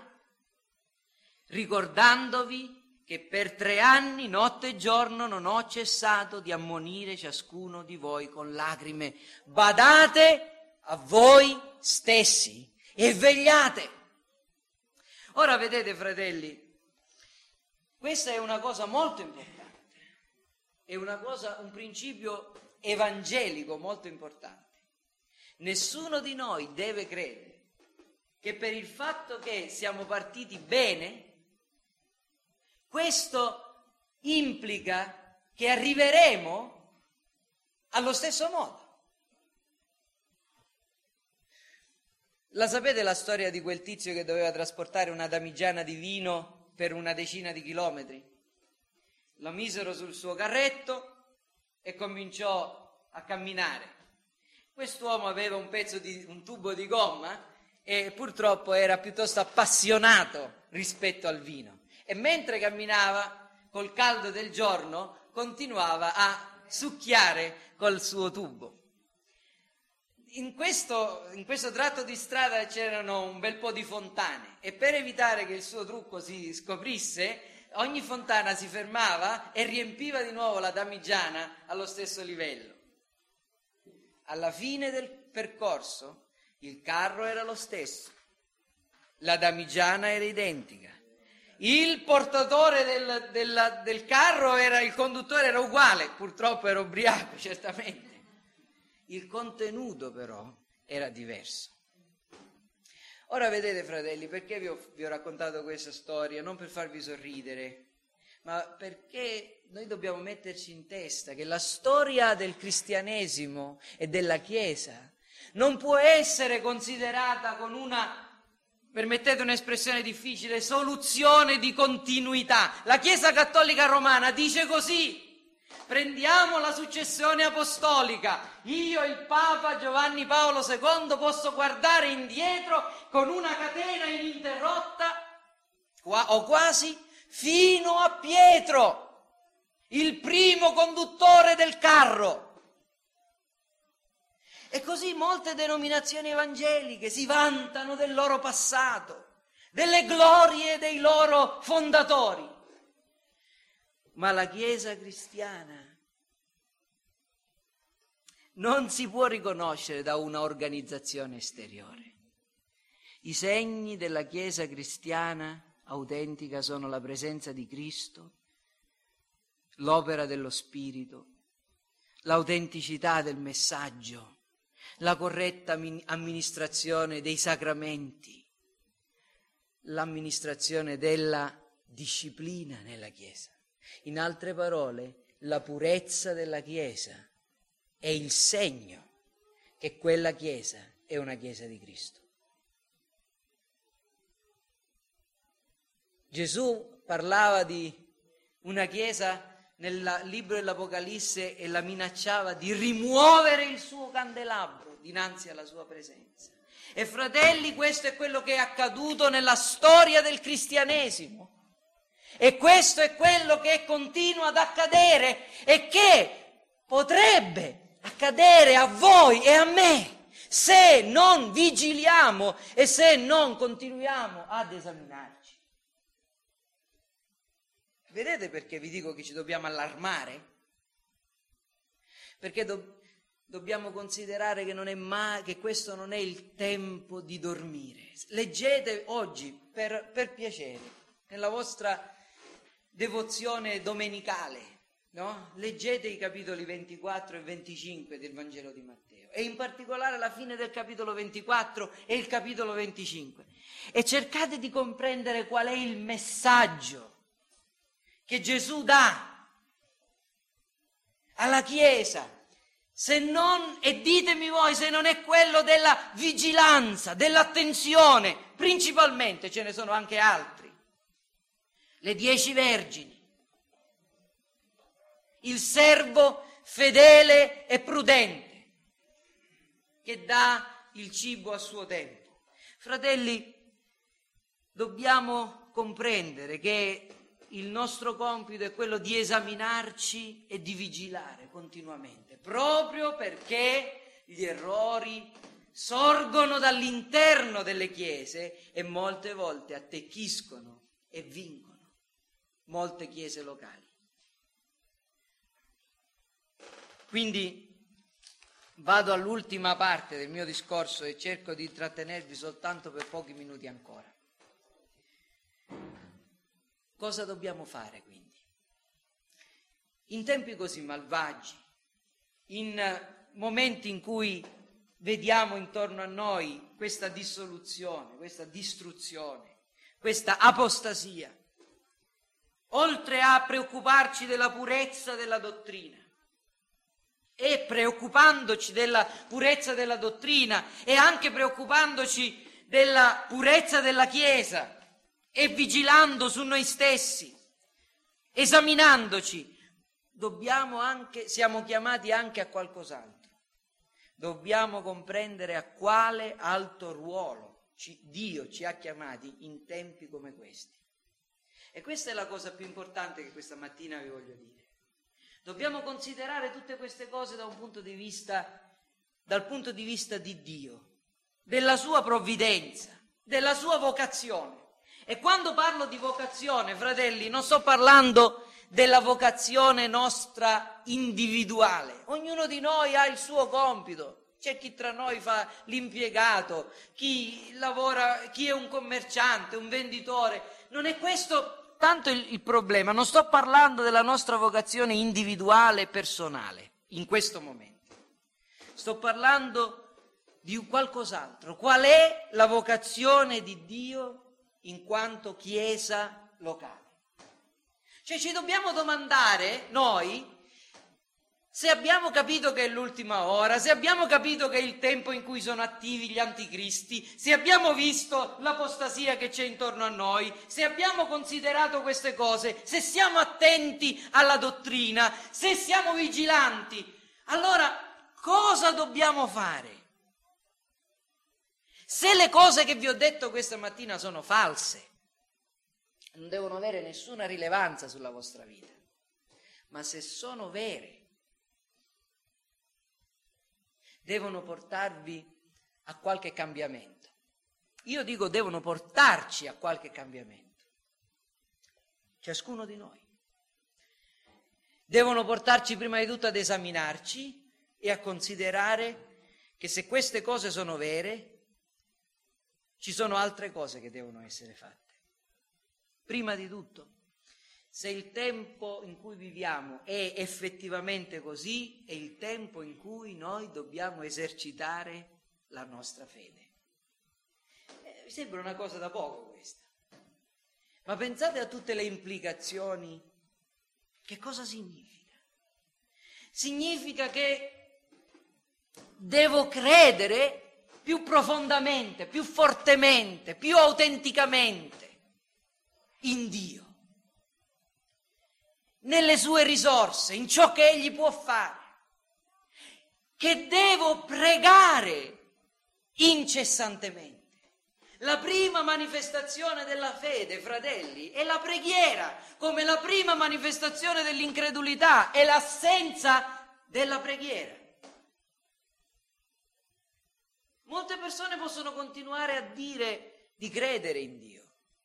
[SPEAKER 1] ricordandovi che per 3 anni, notte e giorno, non ho cessato di ammonire ciascuno di voi con lacrime. Badate a voi stessi e vegliate. Ora vedete, fratelli, questa è una cosa molto importante, è un principio evangelico molto importante. Nessuno di noi deve credere che per il fatto che siamo partiti bene, questo implica che arriveremo allo stesso modo. La sapete la storia di quel tizio che doveva trasportare una damigiana di vino per una decina di chilometri? Lo misero sul suo carretto e cominciò a camminare. Quest'uomo aveva un tubo di gomma e purtroppo era piuttosto appassionato rispetto al vino. E mentre camminava, col caldo del giorno, continuava a succhiare col suo tubo. In questo tratto di strada c'erano un bel po' di fontane e per evitare che il suo trucco si scoprisse, ogni fontana si fermava e riempiva di nuovo la damigiana allo stesso livello. Alla fine del percorso il carro era lo stesso, la damigiana era identica, il portatore del carro il conduttore era uguale, purtroppo era ubriaco certamente. Il contenuto però era diverso. Ora vedete, fratelli, perché vi ho raccontato questa storia? Non per farvi sorridere, ma perché noi dobbiamo metterci in testa che la storia del cristianesimo e della Chiesa non può essere considerata con una, permettete un'espressione difficile, soluzione di continuità. La Chiesa Cattolica Romana dice così: prendiamo la successione apostolica, io, il Papa Giovanni Paolo II, posso guardare indietro con una catena ininterrotta, o quasi, fino a Pietro, il primo conduttore del carro. E così molte denominazioni evangeliche si vantano del loro passato, delle glorie dei loro fondatori. Ma la Chiesa cristiana non si può riconoscere da una organizzazione esteriore. I segni della Chiesa cristiana autentica sono la presenza di Cristo, l'opera dello Spirito, l'autenticità del messaggio, la corretta amministrazione dei sacramenti, l'amministrazione della disciplina nella Chiesa. In altre parole, la purezza della Chiesa è il segno che quella Chiesa è una Chiesa di Cristo. Gesù parlava di una Chiesa nel libro dell'Apocalisse e la minacciava di rimuovere il suo candelabro dinanzi alla sua presenza. E fratelli, questo è quello che è accaduto nella storia del cristianesimo. E questo è quello che continua ad accadere e che potrebbe accadere a voi e a me se non vigiliamo e se non continuiamo ad esaminarci. Vedete perché vi dico che ci dobbiamo allarmare? Perché dobbiamo considerare che questo non è il tempo di dormire. Leggete oggi per piacere, nella vostra devozione domenicale, no? Leggete i capitoli 24 e 25 del Vangelo di Matteo e in particolare la fine del capitolo 24 e il capitolo 25 e cercate di comprendere qual è il messaggio che Gesù dà alla Chiesa, se non, e ditemi voi, se non è quello della vigilanza, dell'attenzione, principalmente, ce ne sono anche altri, le 10 vergini, il servo fedele e prudente, che dà il cibo a suo tempo. Fratelli, dobbiamo comprendere che il nostro compito è quello di esaminarci e di vigilare continuamente, proprio perché gli errori sorgono dall'interno delle chiese e molte volte attecchiscono e vincono molte chiese locali. Quindi vado all'ultima parte del mio discorso e cerco di trattenervi soltanto per pochi minuti ancora. Cosa dobbiamo fare quindi? In tempi così malvagi, in momenti in cui vediamo intorno a noi questa dissoluzione, questa distruzione, questa apostasia, oltre a preoccuparci della purezza della dottrina, e preoccupandoci della purezza della dottrina e anche preoccupandoci della purezza della Chiesa e vigilando su noi stessi, esaminandoci, siamo chiamati anche a qualcos'altro. Dobbiamo comprendere a quale alto ruolo Dio ci ha chiamati in tempi come questi. E questa è la cosa più importante che questa mattina vi voglio dire. Dobbiamo considerare tutte queste cose dal punto di vista di Dio, della sua provvidenza, della sua vocazione. E quando parlo di vocazione, fratelli, non sto parlando della vocazione nostra individuale. Ognuno di noi ha il suo compito. C'è chi tra noi fa l'impiegato, chi lavora, chi è un commerciante, un venditore. Non è questo tanto il problema, non sto parlando della nostra vocazione individuale e personale in questo momento, sto parlando di qualcos'altro. Qual è la vocazione di Dio in quanto Chiesa locale? Cioè ci dobbiamo domandare noi se abbiamo capito che è l'ultima ora, se abbiamo capito che è il tempo in cui sono attivi gli anticristi, se abbiamo visto l'apostasia che c'è intorno a noi, se abbiamo considerato queste cose, se siamo attenti alla dottrina, se siamo vigilanti, allora cosa dobbiamo fare? Se le cose che vi ho detto questa mattina sono false, non devono avere nessuna rilevanza sulla vostra vita, ma se sono vere, devono portarvi a qualche cambiamento. Io dico devono portarci a qualche cambiamento. Ciascuno di noi. Devono portarci prima di tutto ad esaminarci e a considerare che se queste cose sono vere, ci sono altre cose che devono essere fatte. Prima di tutto, se il tempo in cui viviamo è effettivamente così, è il tempo in cui noi dobbiamo esercitare la nostra fede. Mi sembra una cosa da poco questa. Ma pensate a tutte le implicazioni. Che cosa significa? Significa che devo credere più profondamente, più fortemente, più autenticamente in Dio, nelle sue risorse, in ciò che Egli può fare, che devo pregare incessantemente. La prima manifestazione della fede, fratelli, è la preghiera, come la prima manifestazione dell'incredulità è l'assenza della preghiera. Molte persone possono continuare a dire di credere in Dio,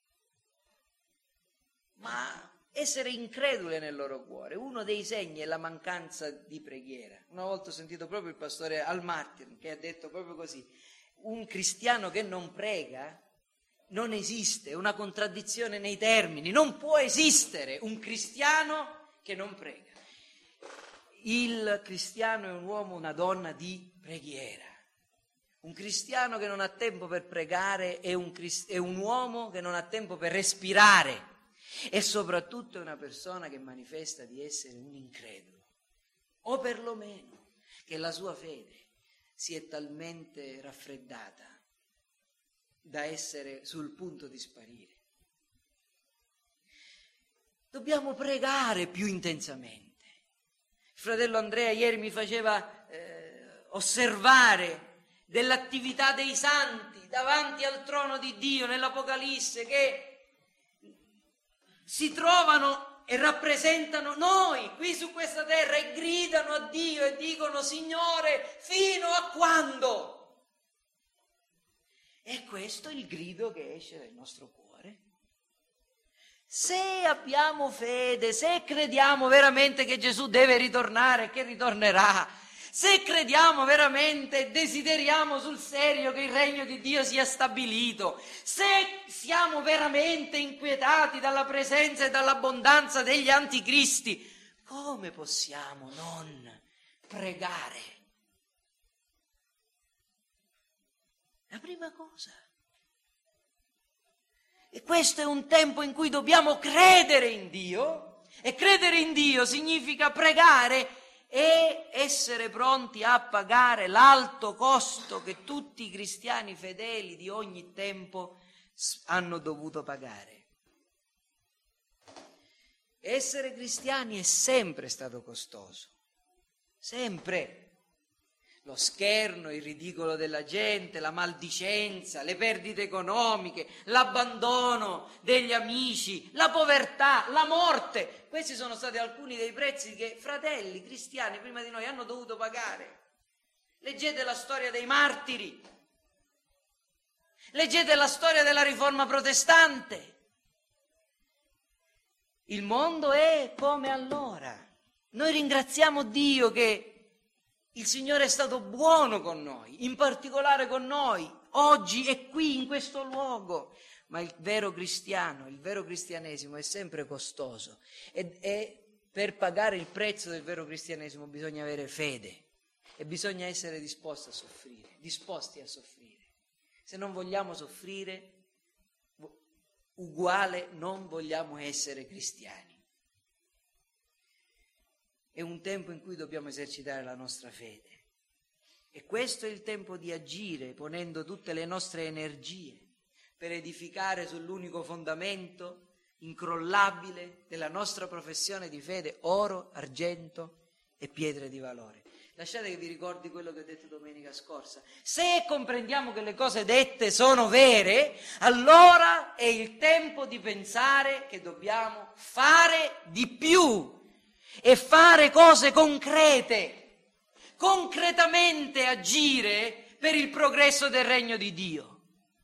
[SPEAKER 1] ma essere incredule nel loro cuore. Uno dei segni è la mancanza di preghiera. Una volta ho sentito proprio il pastore Al Martin che ha detto proprio così: un cristiano che non prega non esiste, è una contraddizione nei termini, non può esistere un cristiano che non prega. Il cristiano è un uomo, una donna di preghiera. Un cristiano che non ha tempo per pregare è un uomo che non ha tempo per respirare. E soprattutto è una persona che manifesta di essere un incredulo.
[SPEAKER 2] o perlomeno che la sua fede si è talmente raffreddata da essere sul punto di sparire. Dobbiamo pregare più intensamente. Il fratello Andrea ieri mi faceva osservare dell'attività dei santi davanti al trono di Dio nell'Apocalisse, che si trovano e rappresentano noi qui su questa terra e gridano a Dio e dicono: Signore, fino a quando? E questo è il grido che esce dal nostro cuore. Se abbiamo fede, se crediamo veramente che Gesù deve ritornare e che ritornerà, se crediamo veramente e desideriamo sul serio che il regno di Dio sia stabilito, se siamo veramente inquietati dalla presenza e dall'abbondanza degli anticristi, come possiamo non pregare? La prima cosa. E questo è un tempo in cui dobbiamo credere in Dio, e credere in Dio significa pregare e essere pronti a pagare l'alto costo che tutti i cristiani fedeli di ogni tempo hanno dovuto pagare. Essere cristiani è sempre stato costoso, sempre. Lo scherno, il ridicolo della gente, la maldicenza, le perdite economiche, l'abbandono degli amici, la povertà, la morte. Questi sono stati alcuni dei prezzi che fratelli cristiani prima di noi hanno dovuto pagare. Leggete la storia dei martiri, leggete la storia della riforma protestante. Il mondo è come allora. Noi ringraziamo Dio che il Signore è stato buono con noi, in particolare con noi, oggi e qui in questo luogo. Ma il vero cristiano, il vero cristianesimo è sempre costoso e per pagare il prezzo del vero cristianesimo bisogna avere fede e bisogna essere disposti a soffrire. Se non vogliamo soffrire, uguale non vogliamo essere cristiani. È un tempo in cui dobbiamo esercitare la nostra fede e questo è il tempo di agire ponendo tutte le nostre energie per edificare sull'unico fondamento incrollabile della nostra professione di fede: oro, argento e pietre di valore. Lasciate che vi ricordi quello che ho detto domenica scorsa: se comprendiamo che le cose dette sono vere, allora è il tempo di pensare che dobbiamo fare di più e fare cose concrete, concretamente agire per il progresso del regno di Dio,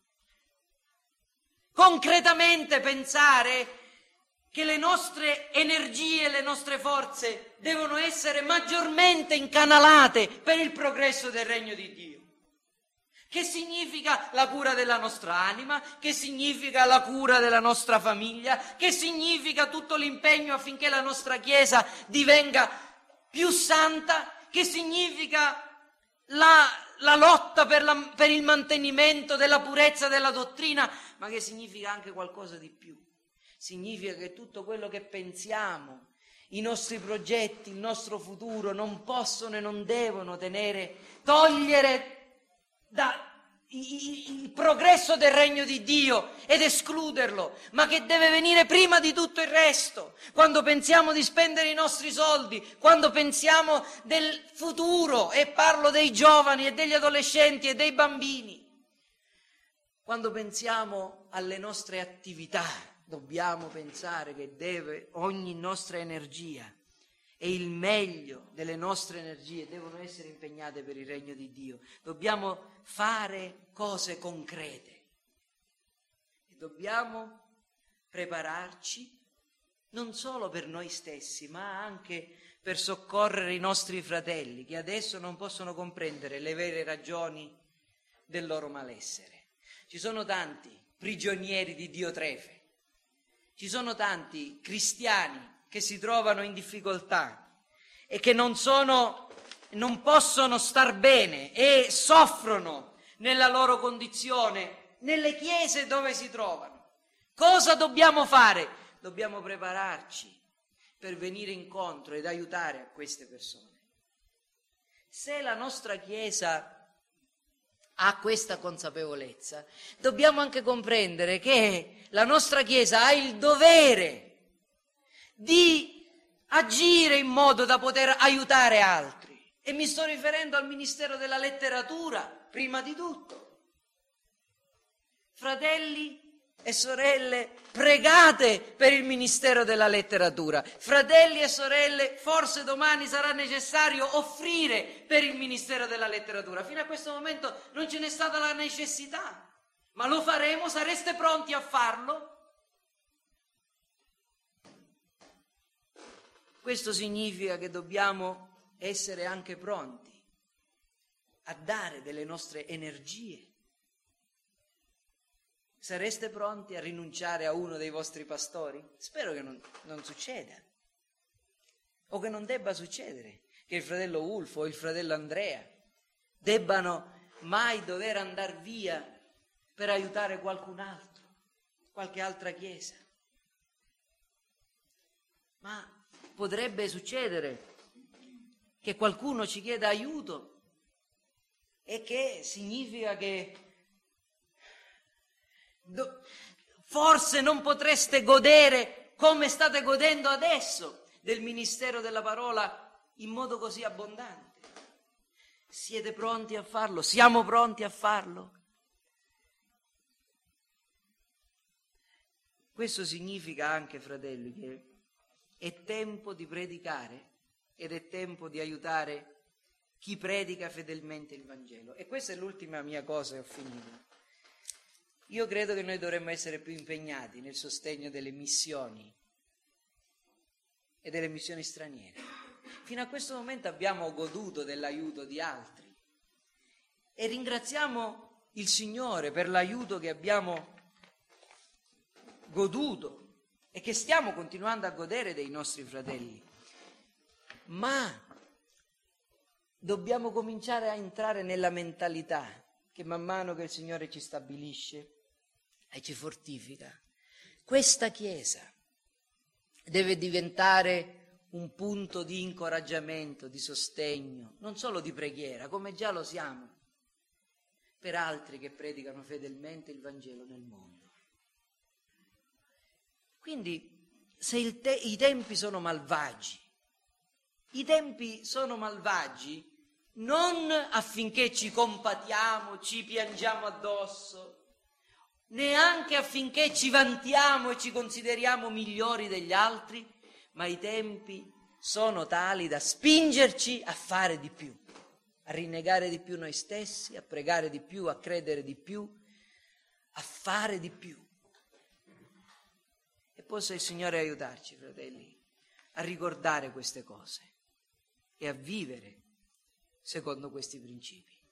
[SPEAKER 2] concretamente pensare che le nostre energie, le nostre forze devono essere maggiormente incanalate per il progresso del regno di Dio. Che significa la cura della nostra anima, che significa la cura della nostra famiglia, che significa tutto l'impegno affinché la nostra Chiesa divenga più santa, che significa la lotta per il mantenimento della purezza della dottrina, ma che significa anche qualcosa di più. Significa che tutto quello che pensiamo, i nostri progetti, il nostro futuro non possono e non devono togliere il progresso del regno di Dio ed escluderlo, ma che deve venire prima di tutto il resto. Quando pensiamo di spendere i nostri soldi, quando pensiamo del futuro, e parlo dei giovani e degli adolescenti e dei bambini, quando pensiamo alle nostre attività, dobbiamo pensare che ogni nostra energia e il meglio delle nostre energie devono essere impegnate per il regno di Dio. Dobbiamo fare cose concrete e dobbiamo prepararci non solo per noi stessi, ma anche per soccorrere i nostri fratelli che adesso non possono comprendere le vere ragioni del loro malessere. Ci sono tanti prigionieri di Diotrefe, ci sono tanti cristiani che si trovano in difficoltà e che non possono star bene e soffrono nella loro condizione, nelle chiese dove si trovano. Cosa dobbiamo fare? Dobbiamo prepararci per venire incontro ed aiutare a queste persone. se la nostra Chiesa ha questa consapevolezza, dobbiamo anche comprendere che la nostra Chiesa ha il dovere di agire in modo da poter aiutare altri. E mi sto riferendo al Ministero della Letteratura, prima di tutto. Fratelli e sorelle, pregate per il Ministero della Letteratura. Fratelli e sorelle, forse domani sarà necessario offrire per il Ministero della Letteratura. Fino a questo momento non ce n'è stata la necessità, ma lo faremo, sareste pronti a farlo? Questo significa che dobbiamo essere anche pronti a dare delle nostre energie. Sareste pronti a rinunciare a uno dei vostri pastori? Spero che non succeda, o che non debba succedere, che il fratello Ulfo o il fratello Andrea debbano mai dover andare via per aiutare qualcun altro, qualche altra chiesa. Ma potrebbe succedere che qualcuno ci chieda aiuto, e che significa che forse non potreste godere come state godendo adesso del ministero della parola in modo così abbondante. Siete pronti a farlo? Siamo pronti a farlo? Questo significa anche, fratelli, che è tempo di predicare ed è tempo di aiutare chi predica fedelmente il Vangelo. E questa è l'ultima mia cosa e ho finito. Io credo che noi dovremmo essere più impegnati nel sostegno delle missioni e delle missioni straniere. Fino a questo momento abbiamo goduto dell'aiuto di altri e ringraziamo il Signore per l'aiuto che abbiamo goduto e che stiamo continuando a godere dei nostri fratelli. Ma dobbiamo cominciare a entrare nella mentalità che man mano che il Signore ci stabilisce e ci fortifica, questa Chiesa deve diventare un punto di incoraggiamento, di sostegno, non solo di preghiera, come già lo siamo, per altri che predicano fedelmente il Vangelo nel mondo. Quindi, se i tempi sono malvagi, non affinché ci compatiamo, ci piangiamo addosso, neanche affinché ci vantiamo e ci consideriamo migliori degli altri, ma i tempi sono tali da spingerci a fare di più, a rinnegare di più noi stessi, a pregare di più, a credere di più, a fare di più. E possa il Signore aiutarci, fratelli, a ricordare queste cose e a vivere secondo questi principi.